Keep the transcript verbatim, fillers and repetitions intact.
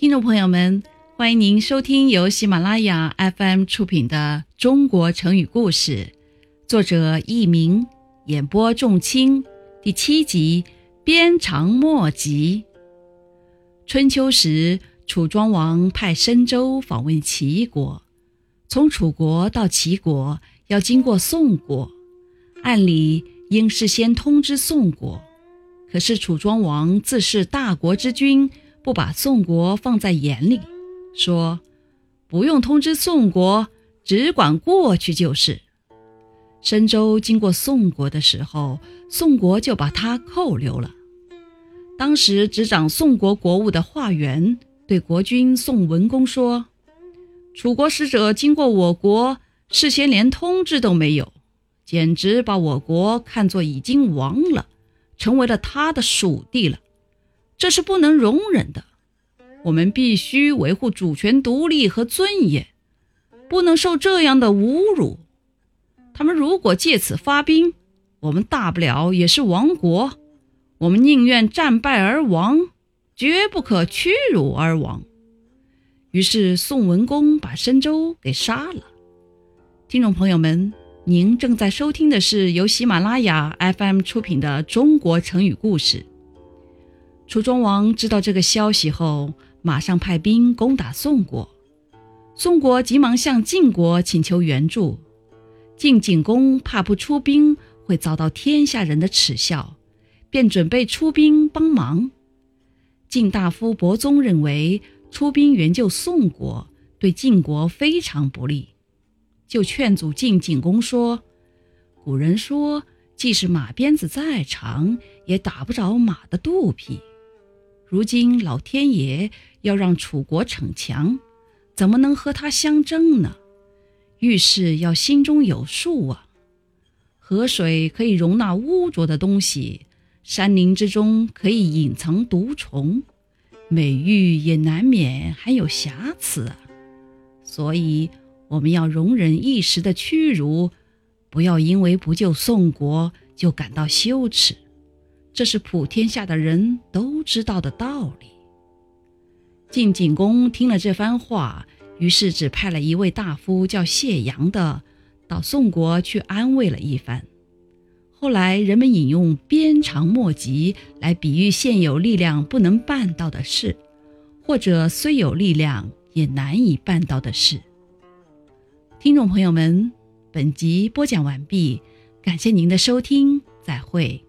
听众朋友们，欢迎您收听由喜马拉雅 F M 出品的《中国成语故事》，作者佚名，演播仲卿，第七集鞭长莫及。春秋时，楚庄王派申州访问齐国，从楚国到齐国要经过宋国，按理应事先通知宋国，可是楚庄王自是大国之君，不把宋国放在眼里，说不用通知宋国，只管过去就是。申州经过宋国的时候，宋国就把他扣留了。当时执掌宋国国务的华元对国君宋文公说，楚国使者经过我国，事先连通知都没有，简直把我国看作已经亡了，成为了他的属地了，这是不能容忍的。我们必须维护主权独立和尊严，不能受这样的侮辱。他们如果借此发兵，我们大不了也是亡国，我们宁愿战败而亡，绝不可屈辱而亡。于是宋文公把申州给杀了。听众朋友们，您正在收听的是由喜马拉雅 F M 出品的中国成语故事。楚庄王知道这个消息后，马上派兵攻打宋国。宋国急忙向晋国请求援助。晋景公怕不出兵会遭到天下人的耻笑，便准备出兵帮忙。晋大夫伯宗认为出兵援救宋国对晋国非常不利，就劝阻晋景公说，古人说即使马鞭子再长，也打不着马的肚皮。如今老天爷要让楚国逞强，怎么能和他相争呢？遇事要心中有数啊。河水可以容纳污浊的东西，山林之中可以隐藏毒虫，美玉也难免还有瑕疵啊。所以我们要容忍一时的屈辱，不要因为不救宋国就感到羞耻，这是普天下的人都知道的道理。晋景公听了这番话，于是只派了一位大夫叫谢阳的到宋国去安慰了一番。后来人们引用鞭长莫及来比喻现有力量不能办到的事，或者虽有力量也难以办到的事。听众朋友们，本集播讲完毕，感谢您的收听，再会。